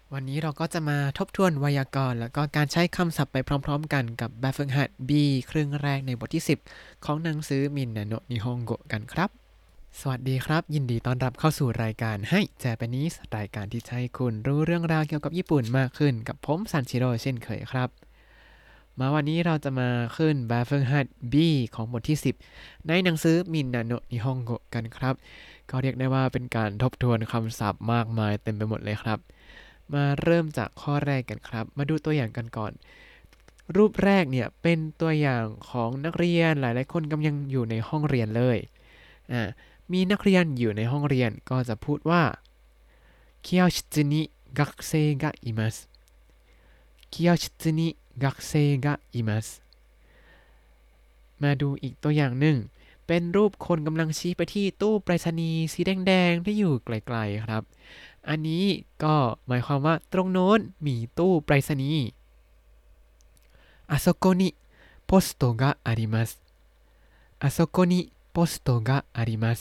วันนี้เราก็จะมาทบทวนไวยากรณ์แล้วก็การใช้คำศัพท์ไปพร้อมๆกันกับแบบฝึกหัด B ครึ่งแรกในบทที่10ของหนังสือมินนาโนะนิฮงโกะกันครับสวัสดีครับยินดีต้อนรับเข้าสู่รายการให้เจแปนิสรายการที่จะให้คุณรู้เรื่องราวเกี่ยวกับญี่ปุ่นมากขึ้นกับผมซันชิโร่เช่นเคยครับมาวันนี้เราจะมาขึ้นแบบฝึกหัด B ของบทที่10ในหนังสือมินนาโนะนิฮงโกะกันครับก็เรียกได้ว่าเป็นการทบทวนคำศัพท์มากมายเต็มไปหมดเลยครับมาเริ่มจากข้อแรกกันครับมาดูตัวอย่างกันก่อนรูปแรกเนี่ยเป็นตัวอย่างของนักเรียนหลายๆคนกำลังอยู่ในห้องเรียนเลยมีนักเรียนอยู่ในห้องเรียนก็จะพูดว่า教室に学生がいます教室に学生がいますมาดูอีกตัวอย่างหนึ่งเป็นรูปคนกำลังชี้ไปที่ตู้ไปรษณีย์สีแดงๆที่อยู่ไกลๆครับอันนี้ก็หมายความว่าตรงโน้นมีตู้ไปรษณีย์あそこにポストがありますあそこにポストがあります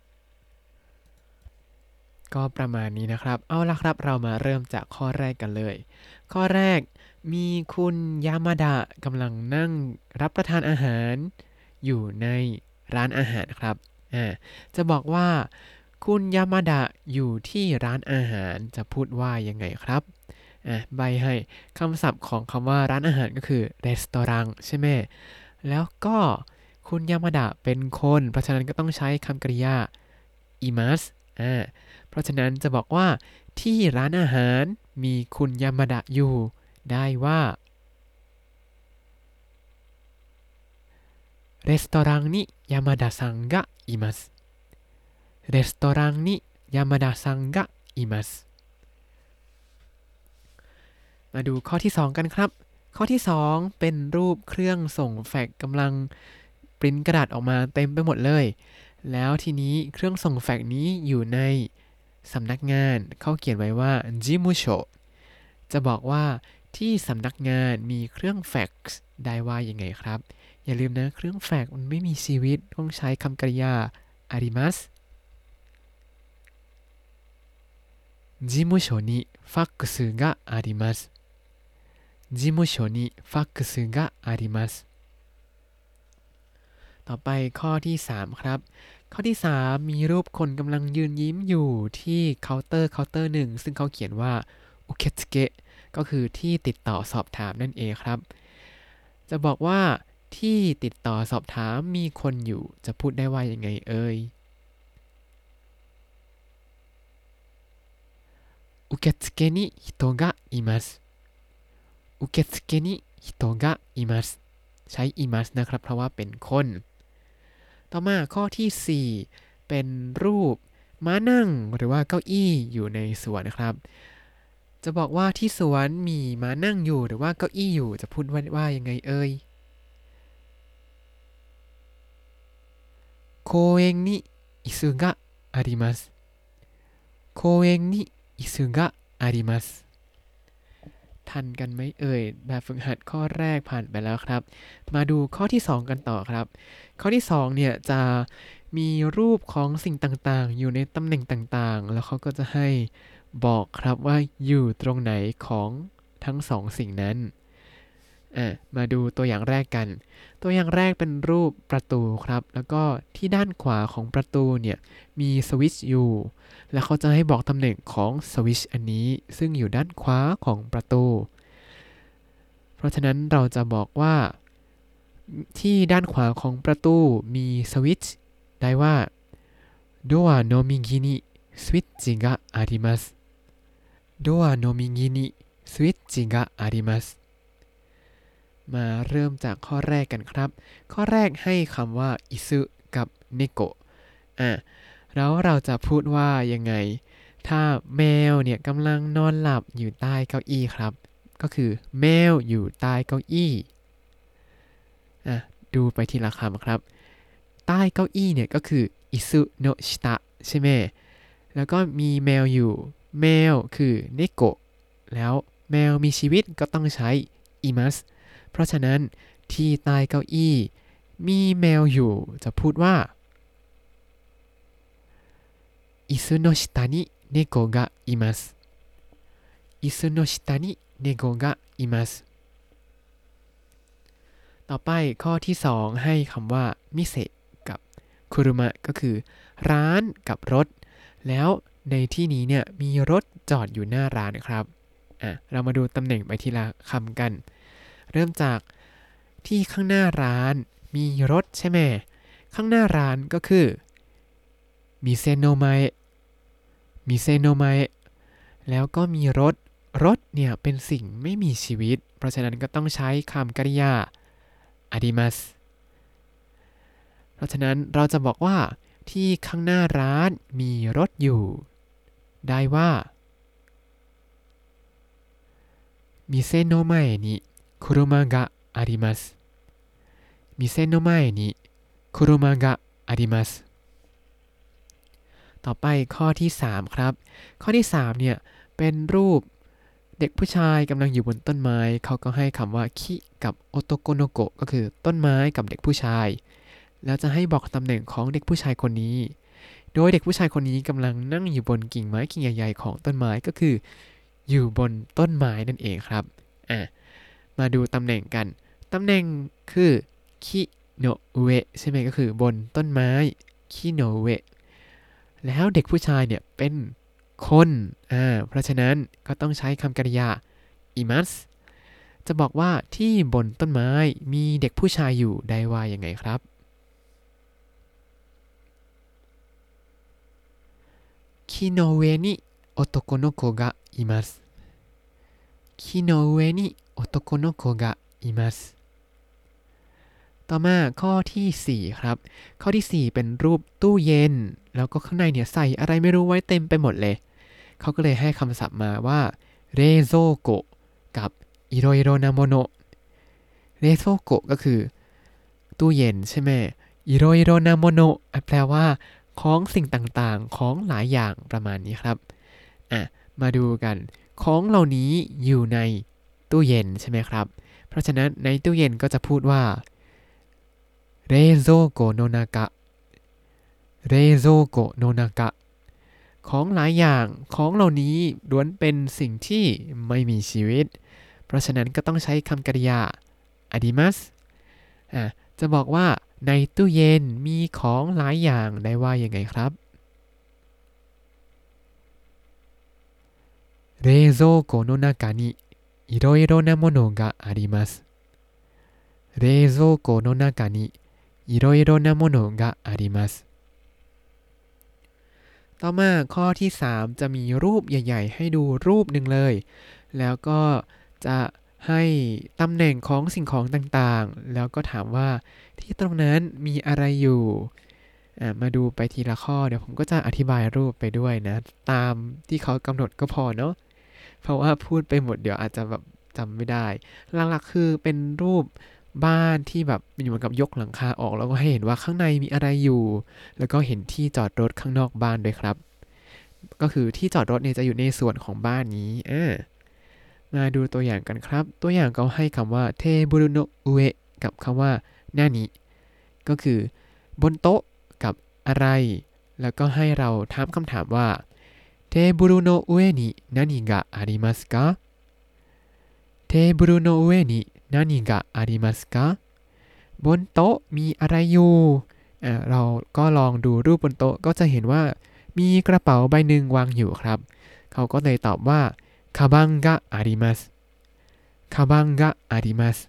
ก็ประมาณนี้นะครับเอาล่ะครับเรามาเริ่มจากข้อแรกกันเลยข้อแรกมีคุณยามาดะกำลังนั่งรับประทานอาหารอยู่ในร้านอาหารครับจะบอกว่าคุณยามาดะอยู่ที่ร้านอาหารจะพูดว่ายังไงครับใบให้คำศัพท์ของคำว่าร้านอาหารก็คือรีสตอรังใช่ไหมแล้วก็คุณยามาดะเป็นคนเพราะฉะนั้นก็ต้องใช้คำกริยาอิมัสเพราะฉะนั้นจะบอกว่าที่ร้านอาหารมีคุณยามาดะอยู่ได้ว่าレストランに山田さんがいますレストランに山田さんがいますมาดูข้อที่2กันครับข้อที่2เป็นรูปเครื่องส่งแฟกซ์กำลังปริ้นกระดาษออกมาเต็มไปหมดเลยแล้วทีนี้เครื่องส่งแฟกซ์นี้อยู่ในสำนักงานเขาเขียนไว้ว่าจิมุโชจะบอกว่าที่สำนักงานมีเครื่องแฟกซ์ได้ว่ายังไงครับอย่าลืมนะเครื่องแฟกซ์มันไม่มีชีวิตต้องใช้คำกริยาอาริมัส事務所にファックスがあります事務所にファックスがありますต่อไปข้อที่3ครับข้อที่3มีรูปคนกำลังยืนยิ้มอยู่ที่เคาน์เตอร์หนึ่งซึ่งเขาเขียนว่าอุเคสเกะก็คือที่ติดต่อสอบถามนั่นเองครับจะบอกว่าที่ติดต่อสอบถามมีคนอยู่จะพูดได้ว่ายังไงเอ่ย受付に人がいます受付に人がいますใช้いますนะครับเพราะว่าเป็นคนต่อมาข้อที่4เป็นรูปม้านั่งหรือว่าเก้าอี้อยู่ในสวนนะครับจะบอกว่าที่สวนมีม้านั่งอยู่หรือว่าเก้าอี้อยู่จะพูดว่ายังไงเอ่ย公園に椅子があります公園に椅子がありますทันกันไหมเอ่ยแบบฝึกหัดข้อแรกผ่านไปแล้วครับมาดูข้อที่2กันต่อครับข้อที่2เนี่ยจะมีรูปของสิ่งต่างๆอยู่ในตำแหน่งต่างๆแล้วเขาก็จะให้บอกครับว่าอยู่ตรงไหนของทั้ง2สิ่งนั้นมาดูตัวอย่างแรกกันตัวอย่างแรกเป็นรูปประตูครับแล้วก็ที่ด้านขวาของประตูเนี่ยมีสวิตช์อยู่แล้วเขาจะให้บอกตำแหน่งของสวิตช์อันนี้ซึ่งอยู่ด้านขวาของประตูเพราะฉะนั้นเราจะบอกว่าที่ด้านขวาของประตูมีสวิตช์ได้ว่าドアの右にスイッチがありますドアの右にスイッチがありますมาเริ่มจากข้อแรกกันครับข้อแรกให้คำว่าอิซึกับเนโกะแล้วเราจะพูดว่ายังไงถ้าแมวเนี่ยกำลังนอนหลับอยู่ใต้เก้าอี้ครับก็คือแมวอยู่ใต้เก้าอี้ดูไปทีละคำครับใต้เก้าอี้เนี่ยก็คืออิซึโนะชิตะใช่ไหมแล้วก็มีแมวอยู่แมวคือเนโกะแล้วแมวมีชีวิตก็ต้องใช้อิมัสเพราะฉะนั้นที่ใต้เก้าอี้มีแมวอยู่จะพูดว่า椅子の下に猫がいます椅子の下に猫がいますต่อไปข้อที่2ให้คำว่ามิเซะกับคุรุมะก็คือร้านกับรถแล้วในที่นี้เนี่ยมีรถจอดอยู่หน้าร้านครับเรามาดูตำแหน่งไปทีละคำกันเริ่มจากที่ข้างหน้าร้านมีรถใช่ไหมข้างหน้าร้านก็คือมิเซโนไมะมิเซโนไมะแล้วก็มีรถเนี่ยเป็นสิ่งไม่มีชีวิตเพราะฉะนั้นก็ต้องใช้คำกริยาอาริมัสเพราะฉะนั้นเราจะบอกว่าที่ข้างหน้าร้านมีรถอยู่ได้ว่า店の前に車があります店の前に車がありますต่อไปข้อที่3ครับข้อที่3เนี่ยเป็นรูปเด็กผู้ชายกำลังอยู่บนต้นไม้เขาก็ให้คำว่าคิกับโอโตโกโนโกะก็คือต้นไม้กับเด็กผู้ชายแล้วจะให้บอกตำแหน่งของเด็กผู้ชายคนนี้โดยเด็กผู้ชายคนนี้กำลังนั่งอยู่บนกิ่งไม้กิ่งใหญ่ๆของต้นไม้ก็คืออยู่บนต้นไม้นั่นเองครับมาดูตำแหน่งกันตำแหน่งคือคิโนอุเอะใช่ไหมก็คือบนต้นไม้คิโนอุเอะแล้วเด็กผู้ชายเนี่ยเป็นคนเพราะฉะนั้นก็ต้องใช้คำกริยาอิมัสจะบอกว่าที่บนต้นไม้มีเด็กผู้ชายอยู่ได้ว่ายังไงครับ木の上に男の子がいます木の上に男の子がいますต่อมาข้อที่4ครับข้อที่4เป็นรูปตู้เย็นแล้วก็ข้างในเนี่ยใส่อะไรไม่รู้ไว้เต็มไปหมดเลยเขาก็เลยให้คำศัพท์มาว่าเรโซโกะกับอิโรอิโรนาโมโนะเรโซโกะก็คือตู้เย็นใช่ไหมอิโรอิโรนาโมโนะแปลว่าของสิ่งต่างๆของหลายอย่างประมาณนี้ครับมาดูกันของเหล่านี้อยู่ในตู้เย็นใช่ไหมครับเพราะฉะนั้นในตู้เย็นก็จะพูดว่า冷蔵庫の中冷蔵庫の中ของหลายอย่างของเหล่านี้ล้วนเป็นสิ่งที่ไม่มีชีวิตเพราะฉะนั้นก็ต้องใช้คำกริยาอาริมัสจะบอกว่าในตู้เย็นมีของหลายอย่างได้ว่ายังไงครับ冷蔵庫の中にいろいろなものがあります冷蔵庫の中にいろいろなものがありますต่อมาข้อที่3จะมีรูปใหญ่ๆให้ดูรูปหนึ่งเลยแล้วก็จะให้ตำแหน่งของสิ่งของต่างๆแล้วก็ถามว่าที่ตรงนั้นมีอะไรอยู่มาดูไปทีละข้อเดี๋ยวผมก็จะอธิบายรูปไปด้วยนะตามที่เขากำหนดก็พอเนาะเพราะว่าพูดไปหมดเดี๋ยวอาจจะแบบจำไม่ได้หลักๆคือเป็นรูปบ้านที่แบบเหมือนกับยกหลังคาออกแล้วก็ให้เห็นว่าข้างในมีอะไรอยู่แล้วก็เห็นที่จอดรถข้างนอกบ้านด้วยครับก็คือที่จอดรถเนี่ยจะอยู่ในส่วนของบ้านนี้มาดูตัวอย่างกันครับตัวอย่างเขาให้คำว่าเทบุรุโนะอุเอะกับคำว่านานิก็คือบนโต๊ะกับอะไรแล้วก็ให้เราถามคำถามว่าเทบุรุโนะอุเอะนินานิกะอาริมัสกะเทบุรุโนะอุเอะนินานิกะอาริมัสกะบนโต๊ะมีอะไรอยู่เราก็ลองดูรูปบนโต๊ะก็จะเห็นว่ามีกระเป๋าใบหนึ่งวางอยู่ครับเขาก็เลยตอบว่าคาบังกะอาริมัสคาบังกะอาริมัส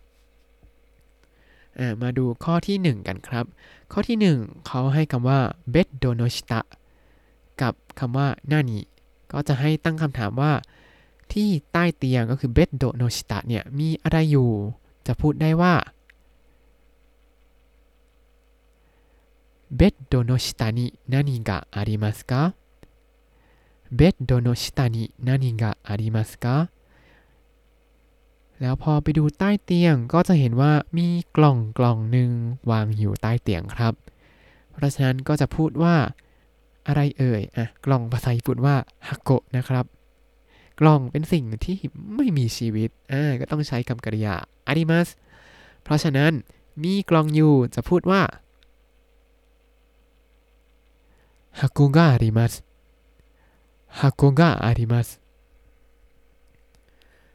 มาดูข้อที่1กันครับข้อที่1เขาให้คำว่าเบดโดโนชิตะกับคำว่านานิก็จะให้ตั้งคำถามว่าที่ใต้เตียงก็คือเบดโดโนชิตะเนี่ยมีอะไรอยู่จะพูดได้ว่าเบดโดโนชิตะに何がありますかเบดโดโนชิตะに何がありますかแล้วพอไปดูใต้เตียงก็จะเห็นว่ามีกล่องหนึ่งวางอยู่ใต้เตียงครับเพราะฉะนั้นก็จะพูดว่าอะไรเอ่ยกล่องภาษาญี่ปุ่นว่าฮักโกะนะครับกล่องเป็นสิ่งที่ไม่มีชีวิตก็ต้องใช้คำกริยาอาริมัสเพราะฉะนั้นมีกล่องอยู่จะพูดว่า箱があります箱があります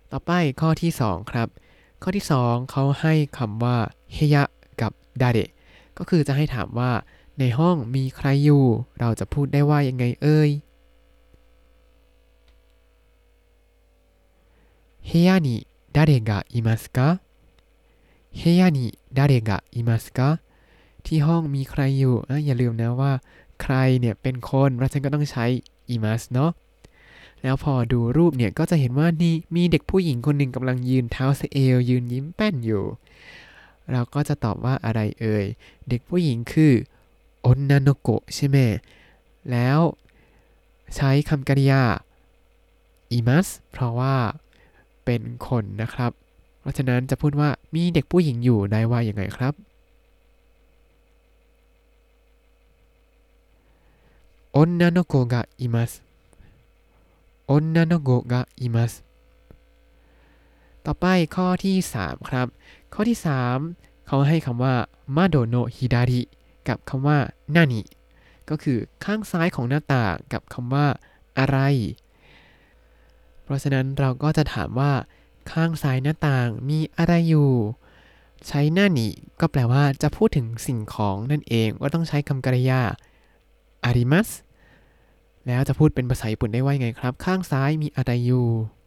ต่อไปข้อที่2ครับข้อที่2เขาให้คำว่าเฮยะกับดาเดะก็คือจะให้ถามว่าในห้องมีใครอยู่เราจะพูดได้ว่ายังไงเอ่ย部屋に誰がいますか部屋に誰がいますかที่ห้องมีใครอยู่อย่าลืมนะว่าใครเนี่ยเป็นคนเพราะฉะนั้นก็ต้องใช้อิมัสเนาะแล้วพอดูรูปเนี่ยก็จะเห็นว่านี่มีเด็กผู้หญิงคนหนึ่งกำลังยืนเท้าสะเอวยืนยิ้มแป้นอยู่เราก็จะตอบว่าอะไรเอ่ยเด็กผู้หญิงคือโอนนาโนโกะใช่ไหมแล้วใช้คำกริยาอิมัสเพราะว่าเป็นคนนะครับเพราะฉะนั้นจะพูดว่ามีเด็กผู้หญิงอยู่ได้ว่าอย่างไงครับ女の子がいます女の子がいますต่อไปข้อที่3ครับข้อที่3เขาให้คำว่ามาโดโนฮิดาริกับคำว่านานิก็คือข้างซ้ายของหน้าต่างกับคำว่าอะไรเพราะฉะนั้นเราก็จะถามว่าข้างซ้ายหน้าต่างมีอะไรอยู่ใช้นานิก็แปลว่าจะพูดถึงสิ่งของนั่นเองก็ต้องใช้คำกริยาอาริมัสแล้วจะพูดเป็นภาษาญี่ปุ่นได้ว่าไงครับข้างซ้ายมีอะไรอยู่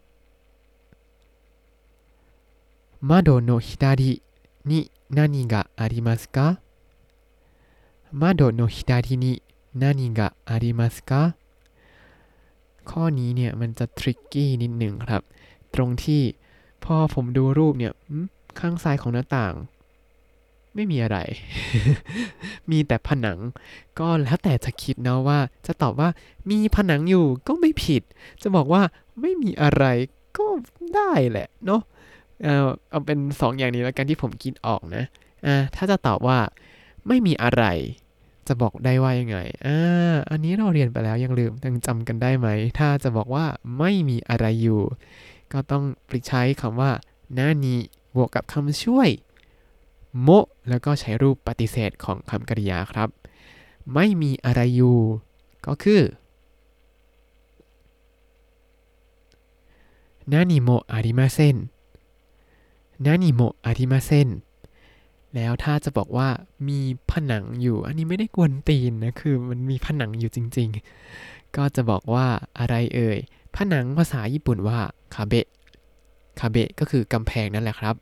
窓の左に何がありますか窓の左に何がありますかข้อนี้เนี่ยมันจะทริกกี้นิดหนึ่งครับตรงที่พอผมดูรูปเนี่ยข้างซ้ายของหน้าต่างไม่มีอะไร มีแต่ผนังก็แล้วแต่จะคิดนะว่าจะตอบว่ามีผนังอยู่ก็ไม่ผิดจะบอกว่าไม่มีอะไรก็ได้แหละเนาะเอาเป็น2อย่างนี้แล้วกันที่ผมคิดออกนะถ้าจะตอบว่าไม่มีอะไรจะบอกได้ว่ายังไงอันนี้เราเรียนไปแล้วยังจำกันได้ไหมถ้าจะบอกว่าไม่มีอะไรอยู่ก็ต้องใช้คำว่านานิบวกกับคำช่วยโมแล้วก็ใช้รูปปฏิเสธของคำกริยาครับไม่มีอะไรอยู่ก็คือนานิโมอาริมาเซนนานิโมอาริมาเซนแล้วถ้าจะบอกว่ามีผนังอยู่อันนี้ไม่ได้กวนตีนนะคือมันมีผนังอยู่จริงๆก็จะบอกว่าอะไรเอ่ยผนังภาษาญี่ปุ่นว่าคาเบะคาเบะก็คือกำแพงนั่นแหละครับ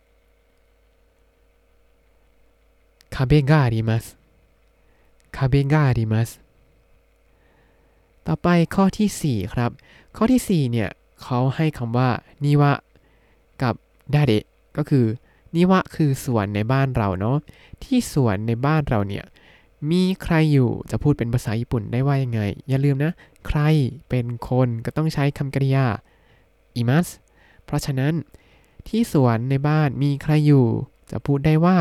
壁があります壁がありますต่อไปข้อที่4ครับข้อที่4เนี่ยเขาให้คำว่านิวะกับดาเดะก็คือนิวะคือสวนในบ้านเราเนาะที่สวนในบ้านเราเนี่ยมีใครอยู่จะพูดเป็นภาษาญี่ปุ่นได้ว่ายังไงอย่าลืมนะใครเป็นคนก็ต้องใช้คำกริยาอิมัสเพราะฉะนั้นที่สวนในบ้านมีใครอยู่จะพูดได้ว่า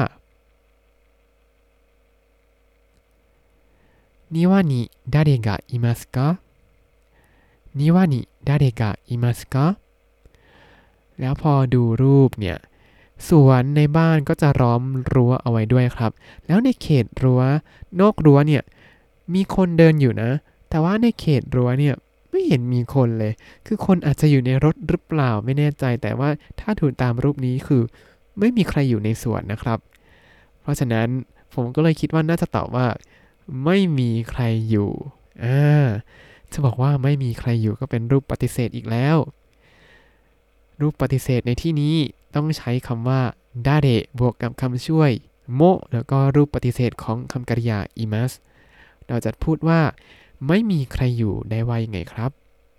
庭に誰がいますか庭に誰がいますかแล้วพอดูรูปเนี่ยสวนในบ้านก็จะล้อมรั้วเอาไว้ด้วยครับแล้วในเขตรั้วนอกรั้วเนี่ยมีคนเดินอยู่นะแต่ว่าในเขตรั้วเนี่ยไม่เห็นมีคนเลยคือคนอาจจะอยู่ในรถหรือเปล่าไม่แน่ใจแต่ว่าถ้าดูตามรูปนี้คือไม่มีใครอยู่ในสวนนะครับเพราะฉะนั้นผมก็เลยคิดว่าน่าจะตอบว่าไม่มีใครอยู่จะบอกว่าไม่มีใครอยู่ก็เป็นรูปปฏิเสธอีกแล้วรูปปฏิเสธในที่นี้ต้องใช้คำว่าดาเดะบวกกับคำช่วยโมแล้วก็รูปปฏิเสธของคำกริยาอิมัสเราจะพูดว่าไม่มีใครอยู่ได้ว่ายังไงครับ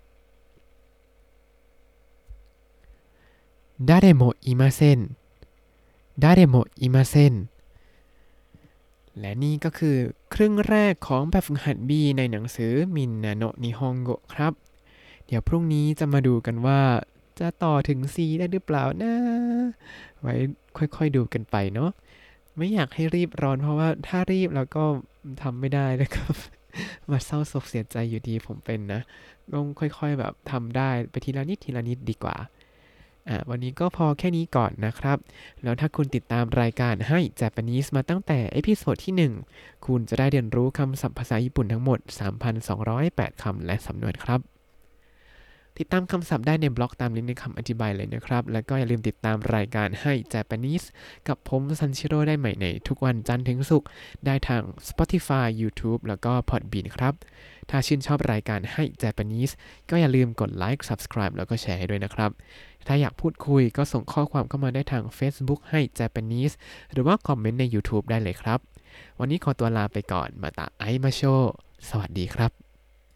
誰もいません誰もいませんและนี่ก็คือครึ่งแรกของแบบฝึกหัด B ในหนังสือมินนาโนะนิฮงโกะครับเดี๋ยวพรุ่งนี้จะมาดูกันว่าจะต่อถึง C ได้หรือเปล่านะไว้ค่อยๆดูกันไปเนาะไม่อยากให้รีบร้อนเพราะว่าถ้ารีบแล้วก็ทำไม่ได้นะครับ มาเศร้าโศกเสียใจอยู่ดีผมเป็นนะต้องค่อยๆแบบทำได้ไปทีละนิดทีละนิดดีกว่าวันนี้ก็พอแค่นี้ก่อนนะครับแล้วถ้าคุณติดตามรายการให้ Japanese มาตั้งแต่เอพิโซดที่1คุณจะได้เรียนรู้คำศัพท์ภาษาญี่ปุ่นทั้งหมด 3,208 คำและสำนวนครับติดตามคำศัพท์ได้ในบล็อกตามลิงก์ในคำอธิบายเลยนะครับแล้วก็อย่าลืมติดตามรายการให้ Japanese กับผมซันชิโร่ได้ใหม่ในทุกวันจันทร์ถึงศุกร์ได้ทาง Spotify YouTube แล้วก็ Podbean ครับถ้าชื่นชอบรายการให้ Japanese ก็อย่าลืมกดไลค์ Subscribe แล้วก็แชร์ให้ด้วยนะครับถ้าอยากพูดคุยก็ส่งข้อความเข้ามาได้ทาง Facebook ให้ Japanese หรือว่าคอมเมนต์ใน YouTube ได้เลยครับวันนี้ขอตัวลาไปก่อนมาตาไอมาโชสวัสดีครับ